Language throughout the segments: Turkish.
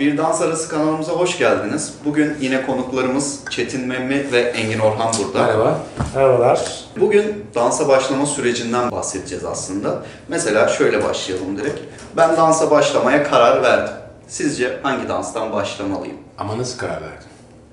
Bir Dans Arası kanalımıza hoş geldiniz. Bugün yine konuklarımız Çetin Memmi ve Engin Orhan burada. Merhaba. Merhabalar. Bugün dansa başlama sürecinden bahsedeceğiz aslında. Mesela şöyle başlayalım direkt. Ben dansa başlamaya karar verdim. Sizce hangi danstan başlamalıyım? Ama nasıl karar verdin?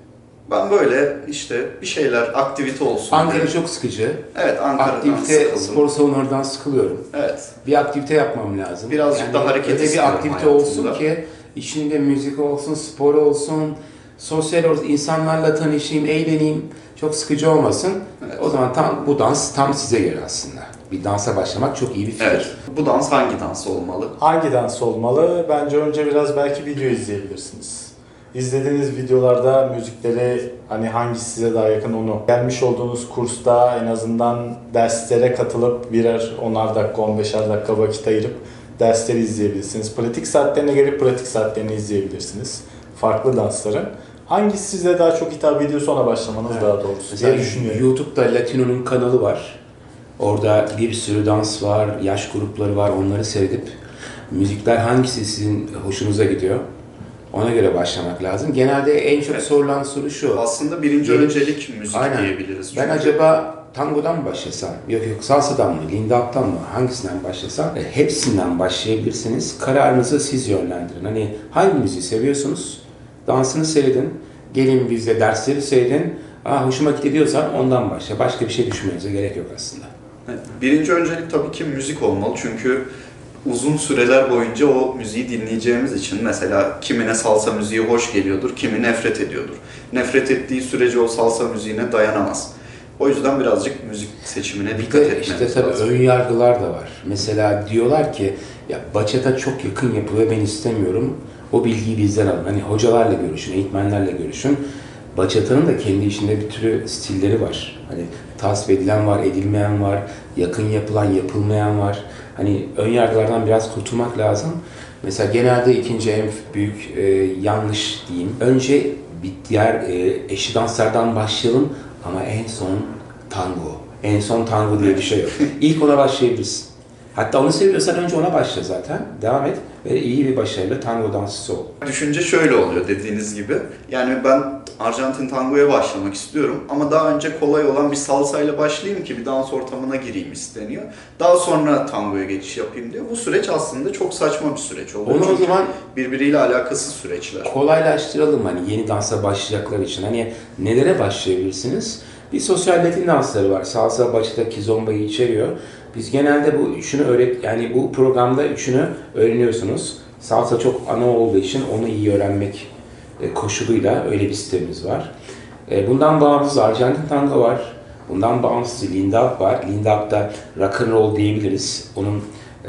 Ben böyle işte bir şeyler, aktivite olsun Ankara diye. çok sıkıcı. Evet, Ankara'dan Aktivite, sıkıldım. spor salonlarından sıkılıyorum. Evet. Bir aktivite yapmam lazım. Birazcık daha hareket öyle bir istiyorum aktivite hayatımda. olsun ki içinde müzik olsun, spor olsun, sosyal olsun, insanlarla tanışayım, eğleneyim. Çok sıkıcı olmasın. Evet. O zaman bu dans tam size göre aslında. Bir dansa başlamak çok iyi bir fikir. Evet. Bu dans hangi dans olmalı? Hangi dans olmalı? Bence önce biraz belki video izleyebilirsiniz. İzlediğiniz videolarda müzikleri hani hangisi size daha yakın onu. Gelmiş olduğunuz kursta en azından derslere katılıp birer 10'ar dakika, 15'er dakika vakit ayırıp dersleri izleyebilirsiniz. Pratik saatlerine gelip pratik saatlerini izleyebilirsiniz. Farklı dansların. Hangisi size daha çok hitap ediyorsa ona başlamanız daha doğrusu Mesela diye düşünüyorum. YouTube'da Latino'nun kanalı var. Orada bir sürü dans var, yaş grupları var. Onları seyredip müzikler hangisi sizin hoşunuza gidiyor? Ona göre başlamak lazım. Genelde en çok sorulan soru şu. Aslında birinci öncelik müzik Aynen. diyebiliriz. Ben acaba tangodan mı başlasam? Yok salsadan mı? Linda Hop'tan mı? Hangisinden başlasam? Hepsinden başlayabilirsiniz. Kararınızı siz yönlendirin. Hani hangi müziği seviyorsunuz? Dansını seyredin. Gelin bizde dersleri seyredin. Hoşuma gitti diyorsan ondan başla. Başka bir şey düşünmenize gerek yok aslında. Birinci öncelik tabii ki müzik olmalı çünkü uzun süreler boyunca o müziği dinleyeceğimiz için mesela kimine salsa müziği hoş geliyordur, kimi nefret ediyordur. Nefret ettiği sürece o salsa müziğine dayanamaz. O yüzden birazcık müzik seçimine dikkat etmemiz İşte tabii lazım. ön yargılar da var. Mesela diyorlar ki ya bachata çok yakın yapılıyor ben istemiyorum. O bilgiyi bizden alın. Hani hocalarla görüşün, eğitmenlerle görüşün. Bachata'nın da kendi içinde bir türlü stilleri var. Hani tasvip edilen var, edilmeyen var, yakın yapılan, yapılmayan var. Hani ön yargılardan biraz kurtulmak lazım. Mesela genelde ikinci en büyük yanlış diyeyim. Önce bir diğer eşi danslardan başlayalım ama en son tango. En son tango diye bir şey yok. İlk ona başlayabilirsin. Hatta onu seviyorsan önce ona başla zaten. Devam et ve iyi bir başarılı tango dansçısı ol. Düşünce şöyle oluyor dediğiniz gibi. Yani ben Arjantin tangoya başlamak istiyorum ama daha önce kolay olan bir salsayla başlayayım ki bir dans ortamına gireyim isteniyor. Daha sonra tangoya geçiş yapayım diyor. Bu süreç aslında çok saçma bir süreç oluyor. Onu o Çünkü zaman birbiriyle alakasız süreçler. kolaylaştıralım hani yeni dansa başlayacaklar için. Hani nelere başlayabilirsiniz? Bir sosyal Latin dansları var. Salsa, bachata, kizomba'yı içeriyor. Biz genelde bu üçünü yani bu programda üçünü öğreniyorsunuz. Salsa çok ana olduğu için onu iyi öğrenmek koşuluyla öyle bir sistemimiz var. Bundan bağımsız Arjantin tango var. Bundan bağımsız Linda Hop var. Linda Hop da rock and roll diyebiliriz. Onun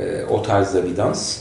o tarzda bir dans.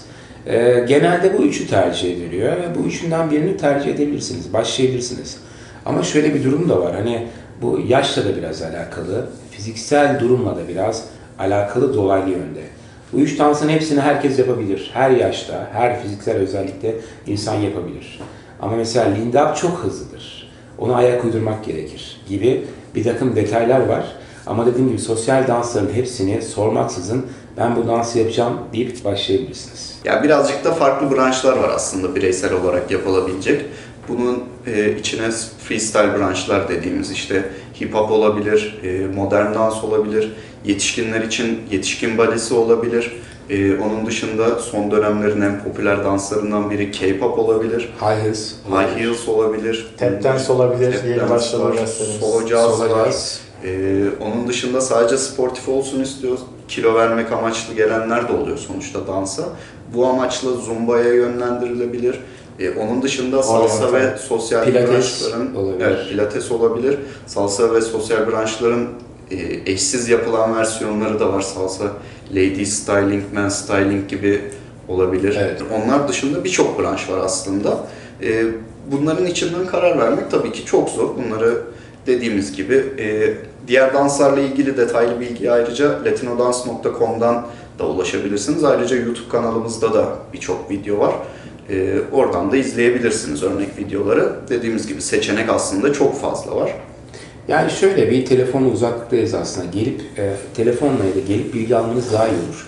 Genelde bu üçü tercih ediliyor ve bu üçünden birini tercih edebilirsiniz, başlayabilirsiniz. Ama şöyle bir durum da var. Hani bu yaşla da biraz alakalı, fiziksel durumla da biraz alakalı dolaylı yönde. Bu üç dansın hepsini herkes yapabilir. Her yaşta, her fiziksel özellikte insan yapabilir. Ama mesela Linda Hop çok hızlıdır. Ona ayak uydurmak gerekir gibi bir takım detaylar var. Ama dediğim gibi sosyal dansların hepsini sormaksızın ben bu dansı yapacağım deyip başlayabilirsiniz. Ya birazcık da farklı branşlar var aslında bireysel olarak yapılabilecek. Bunun içine freestyle branşlar dediğimiz işte hip hop olabilir, modern dans olabilir, yetişkinler için yetişkin balesi olabilir. Onun dışında son dönemlerin en popüler danslarından biri K-pop olabilir. High heels olabilir. Tap dance olabilir, Tap yeni dance başladı var, derslerimiz. solo jazz var. Onun dışında sadece sportif olsun istiyor, kilo vermek amaçlı gelenler de oluyor sonuçta dansa. Bu amaçla zumbaya yönlendirilebilir. Onun dışında salsa ve sosyal branşların, pilates olabilir. Salsa ve sosyal branşların eşsiz yapılan versiyonları da var. Salsa, lady styling, man styling gibi olabilir. Evet. Onlar dışında birçok branş var aslında. Bunların içinden karar vermek tabii ki çok zor. Bunları dediğimiz gibi diğer danslarla ilgili detaylı bilgiye ayrıca latinodans.com'dan da ulaşabilirsiniz. Ayrıca YouTube kanalımızda da birçok video var. Oradan da izleyebilirsiniz örnek videoları. Dediğimiz gibi seçenek aslında çok fazla var. Yani şöyle bir telefonla uzaklıktayız aslında. Gelip telefonla ya da gelip bilgi almanız daha iyi olur.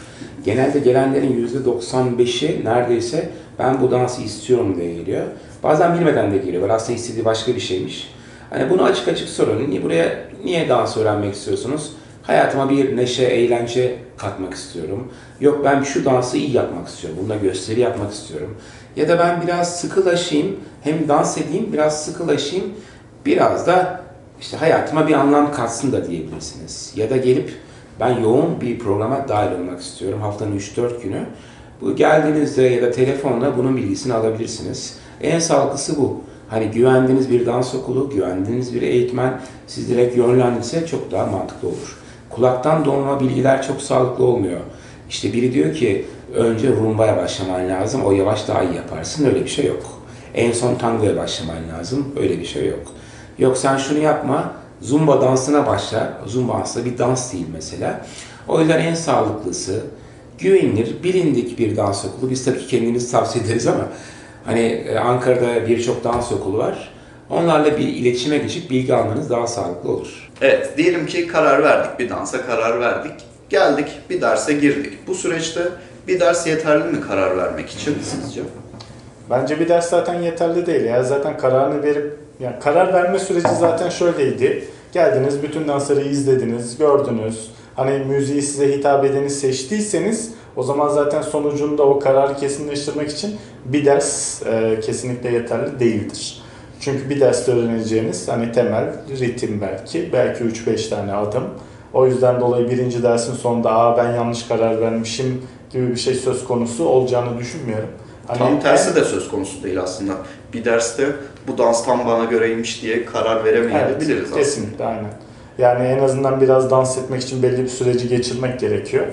genelde gelenlerin %95'i neredeyse ben bu dansı istiyorum diye geliyor. Bazen bilmeden de geliyorlar. Aslında istediği başka bir şeymiş. Hani bunu açık açık sorun. Niye dans öğrenmek istiyorsunuz? Hayatıma bir neşe, eğlence katmak istiyorum. Yok ben şu dansı iyi yapmak istiyorum. Bununla gösteri yapmak istiyorum. Ya da ben biraz sıkılaşayım, hem dans edeyim, biraz sıkılaşayım, biraz da işte hayatıma bir anlam katsın da diyebilirsiniz. Ya da gelip ben yoğun bir programa dahil olmak istiyorum haftanın 3-4 günü. Bu geldiğinizde ya da telefonla bunun bilgisini alabilirsiniz. En sağlıklısı bu. Hani güvendiğiniz bir dans okulu, güvendiğiniz bir eğitmen sizi direkt yönlendirse çok daha mantıklı olur. Kulaktan dolma bilgiler çok sağlıklı olmuyor. İşte biri diyor ki önce rumbaya başlaman lazım, o yavaş daha iyi yaparsın. Öyle bir şey yok. En son tangoya başlaman lazım. Öyle bir şey yok. Yok sen şunu yapma, zumba dansına başla. Zumba aslında bir dans değil mesela. O yüzden en sağlıklısı güvenilir, bilindik bir dans okulu. Biz tabii ki kendimizi tavsiye ederiz ama hani Ankara'da birçok dans okulu var. Onlarla bir iletişime geçip bilgi almanız daha sağlıklı olur. Evet, diyelim ki karar verdik, bir dansa karar verdik. Geldik, bir derse girdik. Bu süreçte bir ders yeterli mi karar vermek için sizce? Bence bir ders zaten yeterli değil. Ya zaten kararını verip, yani karar verme süreci zaten şöyleydi. Geldiniz, bütün dansları izlediniz, gördünüz. Hani müziği size hitap edeni seçtiyseniz o zaman zaten sonucunda o kararı kesinleştirmek için bir ders kesinlikle yeterli değildir. Çünkü bir derste öğreneceğiniz hani temel, ritim belki 3-5 tane adım. O yüzden dolayı birinci dersin sonunda ben yanlış karar vermişim gibi bir şey söz konusu olacağını düşünmüyorum. Hani Tam tersi de söz konusu değil aslında. Bir derste bu dans tam bana göreymiş diye karar veremeyebiliriz aslında. Kesinlikle aynen. Yani en azından biraz dans etmek için belli bir süreci geçirmek gerekiyor.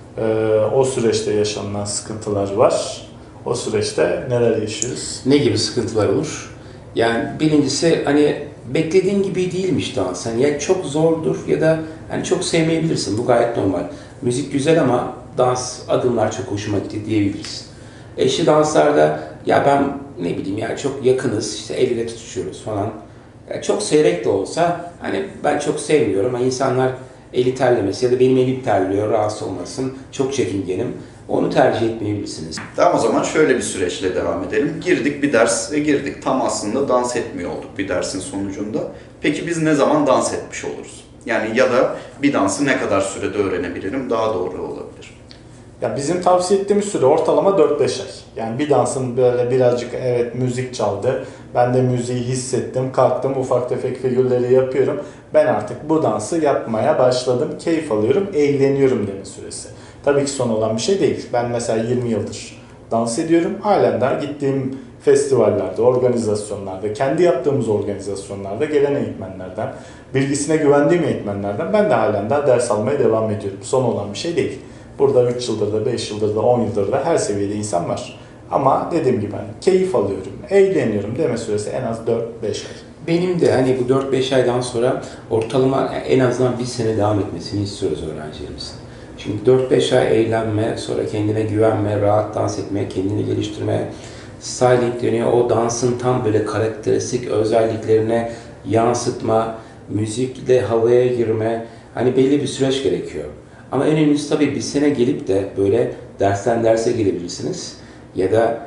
O süreçte yaşanılan sıkıntılar var. O süreçte neler yaşıyoruz? Ne gibi sıkıntılar olur? Yani birincisi hani beklediğin gibi değilmiş dans. Hani ya çok zordur ya da hani çok sevmeyebilirsin. Bu gayet normal. Müzik güzel ama dans, adımlar çok hoşuma gitti diyebilirsin. Eşli danslarda ya ben ne bileyim ya çok yakınız, işte el ile tutuşuyoruz falan. Ya çok seyrek de olsa hani ben çok sevmiyorum ama insanlar eli terlemesi ya da benim elim terliyor, rahatsız olmasın, çok çekingenim. Onu tercih etmeyebilirsiniz. Tamam, o zaman şöyle bir süreçle devam edelim. Girdik, bir derse girdik. Tam aslında dans etmiyor olduk bir dersin sonucunda. Peki biz ne zaman dans etmiş oluruz? Yani ya da bir dansı ne kadar sürede öğrenebilirim daha doğru olabilir. Ya bizim tavsiye ettiğimiz süre ortalama 4-5 ay. Yani bir dansın böyle birazcık evet müzik çaldı. Ben de müziği hissettim, kalktım, ufak tefek figürleri yapıyorum. Ben artık bu dansı yapmaya başladım, keyif alıyorum, eğleniyorum deme süresi. Tabii ki son olan bir şey değil. Ben mesela 20 yıldır dans ediyorum. Halen daha gittiğim festivallerde, organizasyonlarda, kendi yaptığımız organizasyonlarda gelen eğitmenlerden, bilgisine güvendiğim eğitmenlerden ben de halen daha ders almaya devam ediyorum. Son olan bir şey değil. Burada 3 yıldır da, 5 yıldır da, 10 yıldır da her seviyede insan var. Ama dediğim gibi hani keyif alıyorum, eğleniyorum deme süresi en az 4-5 ay. Benim de hani bu 4-5 aydan sonra ortalama en azından bir sene devam etmesini istiyoruz öğrencilerimizin. Çünkü 4-5 ay eğlenme, sonra kendine güvenme, rahat dans etme, kendini geliştirme, styling deniyor. O dansın tam böyle karakteristik özelliklerine yansıtma, müzikle havaya girme, hani belli bir süreç gerekiyor. Ama en önemlisi tabii bir sene gelip de böyle dersten derse gelebilirsiniz. Ya da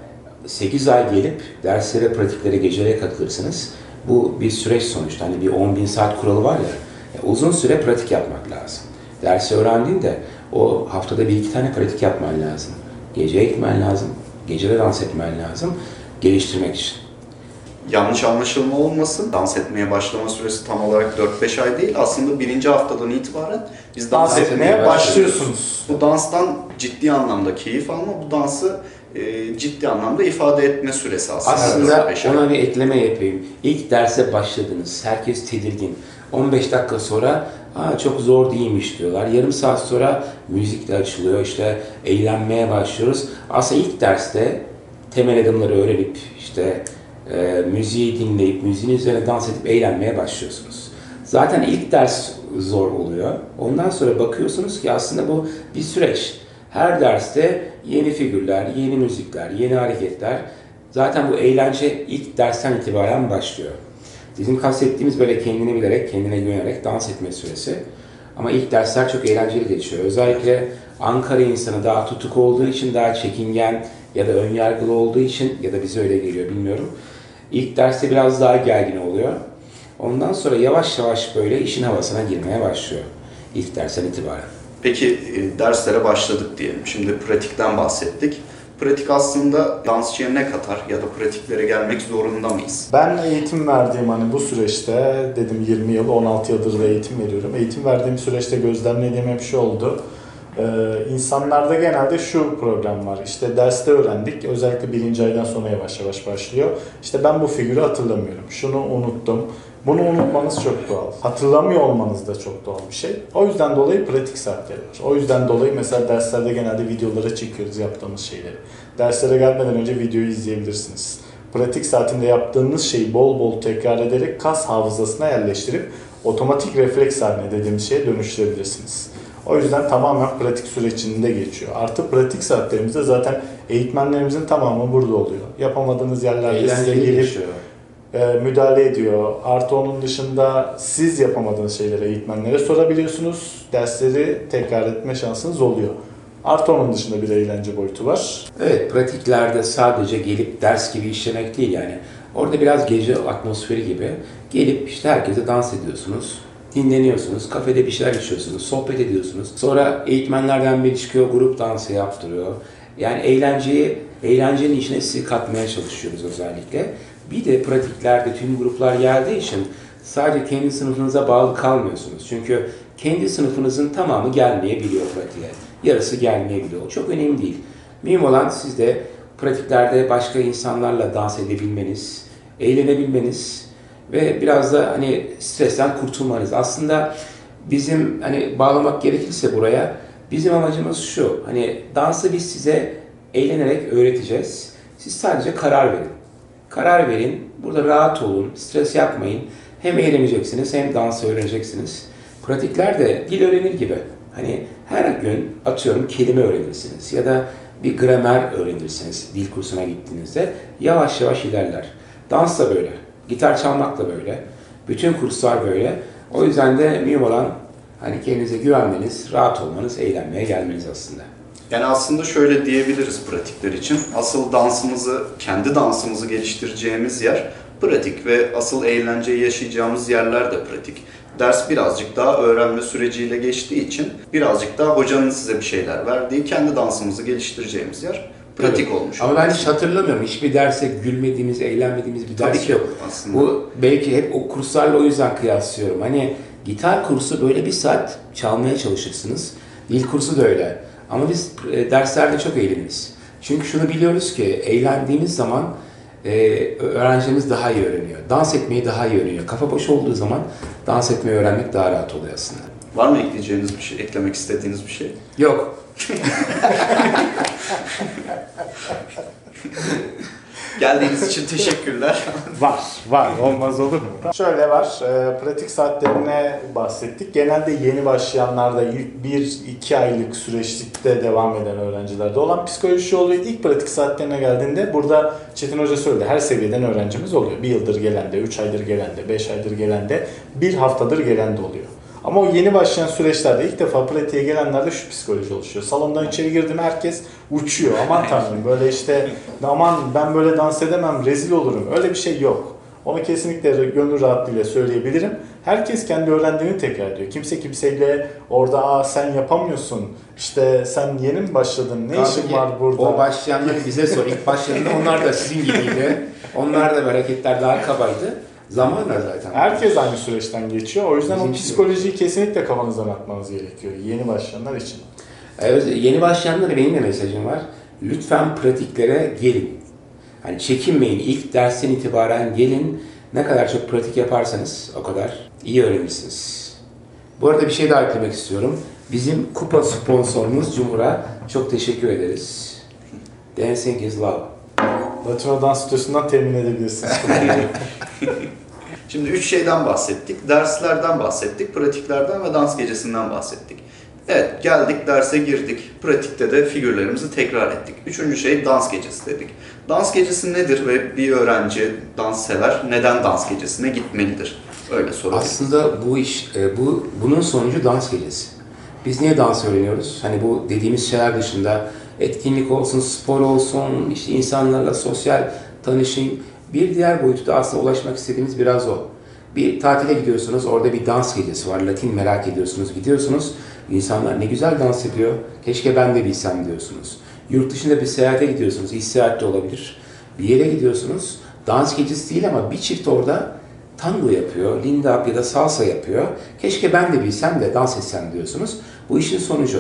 8 ay gelip derslere, pratiklere, gecelere katılırsınız. Bu bir süreç sonuçta. Hani bir 10.000 saat kuralı var ya. Uzun süre pratik yapmak lazım. Dersi öğrendiğinde o haftada bir iki tane pratik yapman lazım. Geceye gitmen lazım. Gecede dans etmen lazım. Geliştirmek için. Yanlış anlaşılma olmasın. Dans etmeye başlama süresi tam olarak 4-5 ay değil. Aslında birinci haftadan itibaren biz dans etmeye başlıyorsunuz. Bu danstan ciddi anlamda keyif alma, bu dansı ciddi anlamda ifade etme süresi aslında. Aslında 4-5 ay. ona bir ekleme yapayım. İlk derse başladınız. Herkes tedirgin. 15 dakika sonra çok zor değilmiş diyorlar. Yarım saat sonra müzik de açılıyor. İşte eğlenmeye başlıyoruz. Aslında ilk derste temel adımları öğrenip işte müziği dinleyip müziğin üzerine dans edip eğlenmeye başlıyorsunuz. Zaten ilk ders zor oluyor. Ondan sonra bakıyorsunuz ki aslında bu bir süreç. Her derste yeni figürler, yeni müzikler, yeni hareketler. Zaten bu eğlence ilk dersten itibaren başlıyor. Bizim kastettiğimiz böyle kendini bilerek, kendine güvenerek dans etme süresi. Ama ilk dersler çok eğlenceli geçiyor. Özellikle Ankara insanı daha tutuk olduğu için, daha çekingen ya da önyargılı olduğu için ya da bize öyle geliyor bilmiyorum. İlk derste biraz daha gergin oluyor. Ondan sonra yavaş yavaş böyle işin havasına girmeye başlıyor. İlk dersten itibaren. Peki derslere başladık diyelim. Şimdi pratikten bahsettik. Pratik aslında dansçıya ne katar ya da pratiklere gelmek zorunda mıyız? Ben eğitim verdiğim hani bu süreçte dedim 20 yıl, 16 yıldır da eğitim veriyorum. Eğitim verdiğim süreçte gözlemlediğim hep şu oldu. İnsanlarda genelde şu problem var. İşte derste öğrendik. Özellikle 1. aydan sonra yavaş yavaş başlıyor. İşte ben bu figürü hatırlamıyorum. Şunu unuttum. Bunu unutmanız çok doğal. Hatırlamıyor olmanız da çok doğal bir şey. O yüzden dolayı pratik saatleri var. O yüzden dolayı mesela derslerde genelde videolara çekiyoruz yaptığımız şeyleri. Derslere gelmeden önce videoyu izleyebilirsiniz. Pratik saatinde yaptığınız şeyi bol bol tekrar ederek kas hafızasına yerleştirip otomatik refleks haline dediğimiz şeye dönüştürebilirsiniz. O yüzden tamamen pratik sürecinde geçiyor. Artı pratik saatlerimizde zaten eğitmenlerimizin tamamı burada oluyor. Yapamadığınız yerlerde size gelip müdahale ediyor. Artı onun dışında siz yapamadığınız şeyleri eğitmenlere sorabiliyorsunuz. Dersleri tekrar etme şansınız oluyor. Artı onun dışında bir eğlence boyutu var. Evet, pratiklerde sadece gelip ders gibi işlemek değil yani. Orada biraz gece atmosferi gibi gelip işte herkese dans ediyorsunuz. Dinleniyorsunuz, kafede bir şeyler içiyorsunuz, sohbet ediyorsunuz. Sonra eğitmenlerden biri çıkıyor, grup dansı yaptırıyor. Yani eğlencenin içine sizi katmaya çalışıyoruz özellikle. Bir de pratiklerde tüm gruplar geldiği için sadece kendi sınıfınıza bağlı kalmıyorsunuz. Çünkü kendi sınıfınızın tamamı gelmeyebiliyor pratiğe. Yarısı gelmeyebiliyor. Çok önemli değil. Mühim olan siz de pratiklerde başka insanlarla dans edebilmeniz, eğlenebilmeniz ve biraz da hani stresten kurtulmanız. Aslında bizim hani bağlamak gerekirse buraya bizim amacımız şu. Hani dansı biz size eğlenerek öğreteceğiz. Siz sadece karar verin. Karar verin. Burada rahat olun. Stres yapmayın. Hem eğleneceksiniz hem dansı öğreneceksiniz. Pratikler de dil öğrenir gibi. Hani her gün atıyorum kelime öğrenirsiniz ya da bir gramer öğrenirsiniz dil kursuna gittiğinizde. Yavaş yavaş ilerler. Dans da böyle. Gitar çalmak da böyle. Bütün kurslar böyle. O yüzden de mühim olan hani kendinize güvenmeniz, rahat olmanız, eğlenmeye gelmeniz aslında. Yani aslında şöyle diyebiliriz pratikler için. Asıl dansımızı, kendi dansımızı geliştireceğimiz yer pratik ve asıl eğlenceyi yaşayacağımız yerler de pratik. Ders birazcık daha öğrenme süreciyle geçtiği için birazcık daha hocanın size bir şeyler verdiği, kendi dansımızı geliştireceğimiz yer pratik olmuş. Ama ben hiç hatırlamıyorum. Hiçbir derse gülmediğimiz, eğlenmediğimiz bir ders yok. Aslında. Bu belki hep o kurslarla o yüzden kıyaslıyorum. Hani gitar kursu böyle bir saat çalmaya çalışırsınız. Dil kursu da öyle. Ama biz derslerde çok eğleniriz. Çünkü şunu biliyoruz ki eğlendiğimiz zaman öğrencimiz daha iyi öğreniyor. Dans etmeyi daha iyi öğreniyor. Kafa boş olduğu zaman dans etmeyi öğrenmek daha rahat oluyor aslında. Var mı ekleyeceğiniz bir şey, eklemek istediğiniz bir şey? Yok. Geldiğiniz için teşekkürler. Var. Olmaz olur mu? Şöyle var, pratik saatlerine bahsettik. Genelde yeni başlayanlarda ilk 1-2 aylık süreçlikte devam eden öğrencilerde olan psikoloji şu oluyor. İlk pratik saatlerine geldiğinde burada Çetin Hoca söyledi. Her seviyeden öğrencimiz oluyor. 1 yıldır gelen de, 3 aydır gelen de, 5 aydır gelen de, 1 haftadır gelen de oluyor. Ama o yeni başlayan süreçlerde ilk defa pratiğe gelenlerde şu psikoloji oluşuyor. Salondan içeri girdim herkes uçuyor. Aman tanrım böyle işte aman ben böyle dans edemem rezil olurum. Öyle bir şey yok. Onu kesinlikle gönül rahatlığıyla söyleyebilirim. Herkes kendi öğrendiğini tekrar ediyor. Kimse kimseyle orada sen yapamıyorsun. İşte sen yeni mi başladın? Ne işin var burada? O başlayanları bize sor. İlk başladığında onlar da sizin gibiydi. Onlar da hareketler daha kabaydı. Zamanla zaten. Herkes aynı süreçten geçiyor. O yüzden Bizim o psikolojiyi kesinlikle kafanızdan atmanız gerekiyor. Yeni başlayanlar için. Evet, yeni başlayanlara benim de mesajım var. Lütfen pratiklere gelin. Hani çekinmeyin. İlk dersten itibaren gelin. Ne kadar çok pratik yaparsanız o kadar iyi öğrenirsiniz. Bu arada bir şey daha eklemek istiyorum. Bizim kupa sponsorumuz Cumhur'a çok teşekkür ederiz. Dancing is Love. Latino Dans Stüdyosu'ndan temin edebilirsiniz. Şimdi 3 şeyden bahsettik. Derslerden bahsettik, pratiklerden ve dans gecesinden bahsettik. Evet, geldik derse girdik. Pratikte de figürlerimizi tekrar ettik. Üçüncü şey dans gecesi dedik. Dans gecesi nedir ve bir öğrenci, dans sever, neden dans gecesine gitmelidir? Öyle sorabiliriz. Aslında bu iş, bunun sonucu dans gecesi. Biz niye dans öğreniyoruz? Hani bu dediğimiz şeyler dışında etkinlik olsun, spor olsun, işte insanlarla sosyal tanışım. Bir diğer boyutu da aslında ulaşmak istediğimiz biraz o. Bir tatile gidiyorsunuz, orada bir dans gecesi var. Latin merak ediyorsunuz, gidiyorsunuz. İnsanlar ne güzel dans ediyor, keşke ben de bilsem diyorsunuz. Yurt dışında bir seyahate gidiyorsunuz, iş seyahati olabilir. Bir yere gidiyorsunuz, dans gecesi değil ama bir çift orada tango yapıyor, lindy hop ya da salsa yapıyor. Keşke ben de bilsem de dans etsem diyorsunuz. Bu işin sonucu.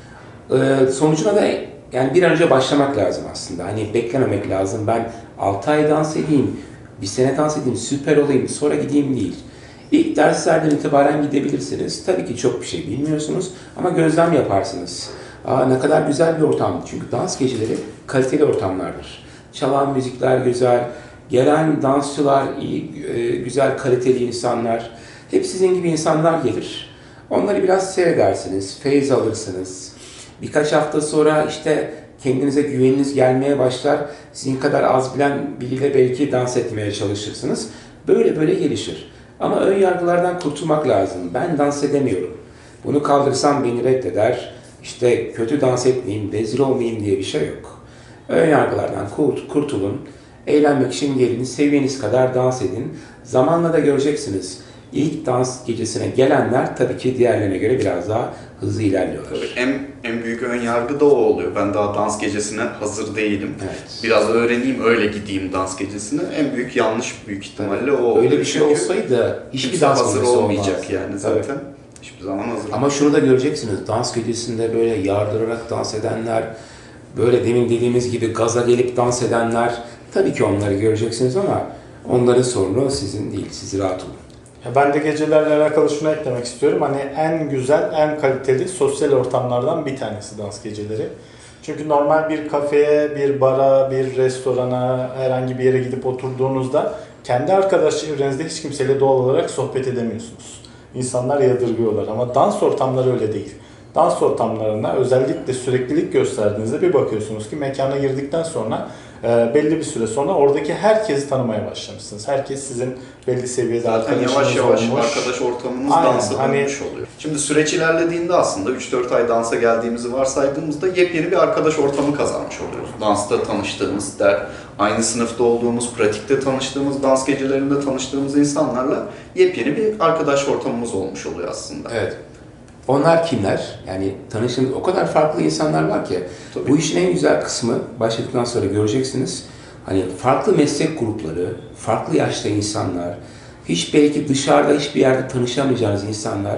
Sonucuna da yani bir an önce başlamak lazım aslında. Hani beklememek lazım. Ben 6 ay dans edeyim, bir sene dans edeyim, süper olayım, sonra gideyim değil. İlk derslerden itibaren gidebilirsiniz. Tabii ki çok bir şey bilmiyorsunuz ama gözlem yaparsınız. Ne kadar güzel bir ortam. Çünkü dans geceleri kaliteli ortamlardır. Çalan müzikler güzel, gelen dansçılar iyi, güzel kaliteli insanlar. Hep sizin gibi insanlar gelir. Onları biraz seyredersiniz, feyiz alırsınız. Birkaç hafta sonra işte kendinize güveniniz gelmeye başlar. Sizin kadar az bilen biriyle belki dans etmeye çalışırsınız. Böyle böyle gelişir. Ama ön yargılardan kurtulmak lazım. Ben dans edemiyorum. Bunu kaldırsam beni reddeder. İşte kötü dans etmeyeyim, rezil olmayayım diye bir şey yok. Ön yargılardan kurtulun. Eğlenmek için gelin, seviyeniz kadar dans edin. Zamanla da göreceksiniz. İlk dans gecesine gelenler tabii ki diğerlerine göre biraz daha hızlı ilerliyorlar. Tabii en büyük ön yargı da o oluyor. Ben daha dans gecesine hazır değilim. Evet. Biraz öğreneyim öyle gideyim dans gecesine. En büyük yanlış büyük ihtimalle o. Öyle bir şey olsaydı hiçbir dans hazır gecesi olmayacak olmaz. yani zaten. Hiçbir zaman hazır. Ama şunu da göreceksiniz. Dans gecesinde böyle yardırarak dans edenler, böyle demin dediğimiz gibi gaza gelip dans edenler, tabii ki onları göreceksiniz ama onların sorunu sizin değil. Siz rahat olun. Ben de gecelerle alakalı şunu eklemek istiyorum. Hani en güzel, en kaliteli sosyal ortamlardan bir tanesi dans geceleri. Çünkü normal bir kafeye, bir bara, bir restorana, herhangi bir yere gidip oturduğunuzda kendi arkadaş çevrenizde hiç kimseyle doğal olarak sohbet edemiyorsunuz. İnsanlar yadırgıyorlar ama dans ortamları öyle değil. Dans ortamlarına özellikle süreklilik gösterdiğinizde bir bakıyorsunuz ki mekana girdikten sonra belli bir süre sonra oradaki herkesi tanımaya başlamışsınız. Herkes sizin belli seviyede Zaten arkadaşınız yavaş olmuş. arkadaş ortamımız Aynen, dansa hani- dönmüş oluyor. Şimdi süreç ilerlediğinde aslında 3-4 ay dansa geldiğimizi varsaydığımızda yepyeni bir arkadaş ortamı kazanmış oluyoruz. Dansta tanıştığımız, aynı sınıfta olduğumuz, pratikte tanıştığımız, dans gecelerinde tanıştığımız insanlarla yepyeni bir arkadaş ortamımız olmuş oluyor aslında. Evet. Onlar kimler? Yani tanıştığınız o kadar farklı insanlar var ki. Tabii. Bu işin en güzel kısmı başladıktan sonra göreceksiniz. Hani farklı meslek grupları, farklı yaşta insanlar, hiç belki dışarıda hiçbir yerde tanışamayacağınız insanlar.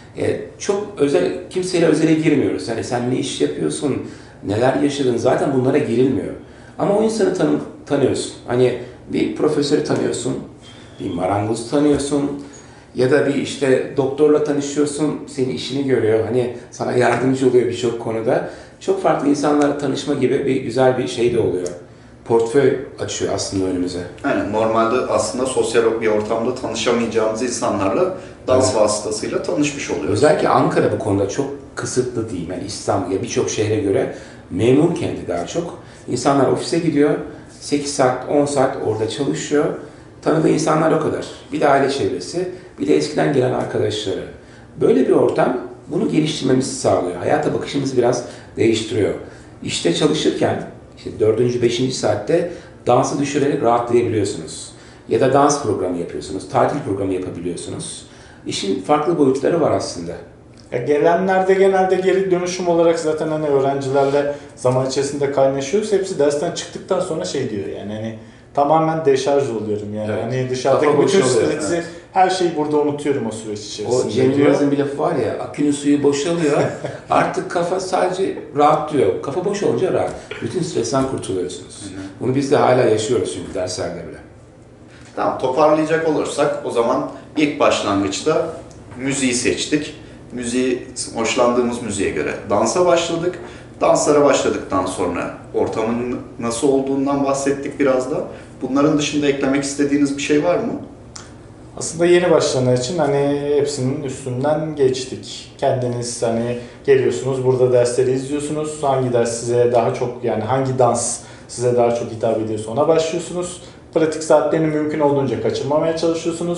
Çok özel, kimseyle özele girmiyoruz. Hani sen ne iş yapıyorsun, neler yaşadın zaten bunlara girilmiyor. Ama o insanı tanıyorsun. Hani bir profesörü tanıyorsun, bir marangoz tanıyorsun. Ya da bir işte doktorla tanışıyorsun, senin işini görüyor, hani sana yardımcı oluyor birçok konuda. Çok farklı insanlarla tanışma gibi bir güzel bir şey de oluyor. Portföy açıyor aslında önümüze. Aynen, normalde aslında sosyal bir ortamda tanışamayacağımız insanlarla dans Evet. vasıtasıyla tanışmış oluyoruz. Özellikle Ankara bu konuda çok kısıtlı diyeyim. Yani İstanbul'a birçok şehre göre memur kenti daha çok. İnsanlar ofise gidiyor, 8 saat, 10 saat orada çalışıyor. Tanıdığı insanlar o kadar. Bir de aile çevresi, bir de eskiden gelen arkadaşları. Böyle bir ortam bunu geliştirmemizi sağlıyor. Hayata bakışımızı biraz değiştiriyor. İşte çalışırken, işte 4. 5. saatte dansı düşürerek rahatlayabiliyorsunuz. Ya da dans programı yapıyorsunuz, tatil programı yapabiliyorsunuz. İşin farklı boyutları var aslında. Gelenlerde genelde geri dönüşüm olarak zaten hani öğrencilerle zaman içerisinde kaynaşıyoruz. Hepsi dersten çıktıktan sonra şey diyor yani hani tamamen deşarj oluyorum yani. Evet. Hani dışarıdaki Kafa bütün boşalıyor, stresi, her şeyi burada unutuyorum o süreç içerisinde O Cem diyor. Yılmaz'ın bir lafı var ya, akünün suyu boşalıyor, artık kafa sadece rahatlıyor. Kafa boş olunca rahat. Bütün stresten kurtuluyorsunuz. Bunu biz de hala yaşıyoruz çünkü derslerde bile. Tamam, toparlayacak olursak o zaman ilk başlangıçta müziği seçtik. Hoşlandığımız müziğe göre dansa başladık. Danslara başladıktan sonra ortamın nasıl olduğundan bahsettik biraz da. Bunların dışında eklemek istediğiniz bir şey var mı? Aslında yeni başlayanlar için hani hepsinin üstünden geçtik. Kendiniz hani geliyorsunuz, burada dersleri izliyorsunuz. Hangi ders size daha çok, yani hangi dans size daha çok hitap ediyorsa ona başlıyorsunuz. Pratik saatlerini mümkün olduğunca kaçırmamaya çalışıyorsunuz.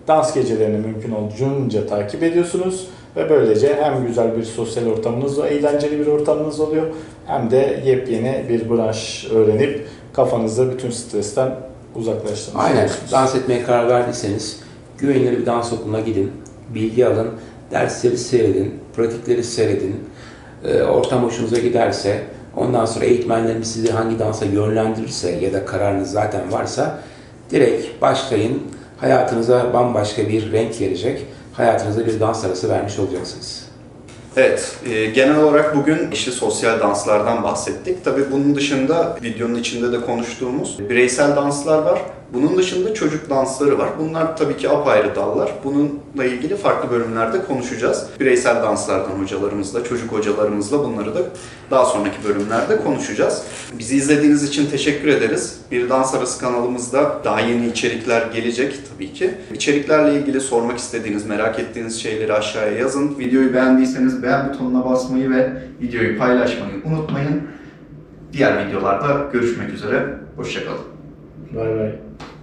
dans gecelerini mümkün olduğunca takip ediyorsunuz. Ve böylece hem güzel bir sosyal ortamınız, eğlenceli bir ortamınız oluyor. Hem de yepyeni bir branş öğrenip kafanızda bütün stresten uzaklaştırmış Aynen. oluyorsunuz. Dans etmeye karar verdiyseniz güvenilir bir dans okuluna gidin, bilgi alın, dersleri seyredin, pratikleri seyredin. Ortam hoşunuza giderse, ondan sonra eğitmenleriniz sizi hangi dansa yönlendirirse ya da kararınız zaten varsa direkt başlayın. Hayatınıza bambaşka bir renk gelecek. Hayatınıza bir dans arası vermiş olacaksınız. Evet, genel olarak bugün işte sosyal danslardan bahsettik. Tabii bunun dışında videonun içinde de konuştuğumuz bireysel danslar var. Bunun dışında çocuk dansları var. Bunlar tabii ki apayrı dallar. Bununla ilgili farklı bölümlerde konuşacağız. Bireysel danslardan hocalarımızla, çocuk hocalarımızla bunları da daha sonraki bölümlerde konuşacağız. Bizi izlediğiniz için teşekkür ederiz. Bir Dans Arası kanalımızda daha yeni içerikler gelecek tabii ki. İçeriklerle ilgili sormak istediğiniz, merak ettiğiniz şeyleri aşağıya yazın. Videoyu beğendiyseniz beğen butonuna basmayı ve videoyu paylaşmayı unutmayın. Diğer videolarda görüşmek üzere. Hoşça kalın. Bay bay.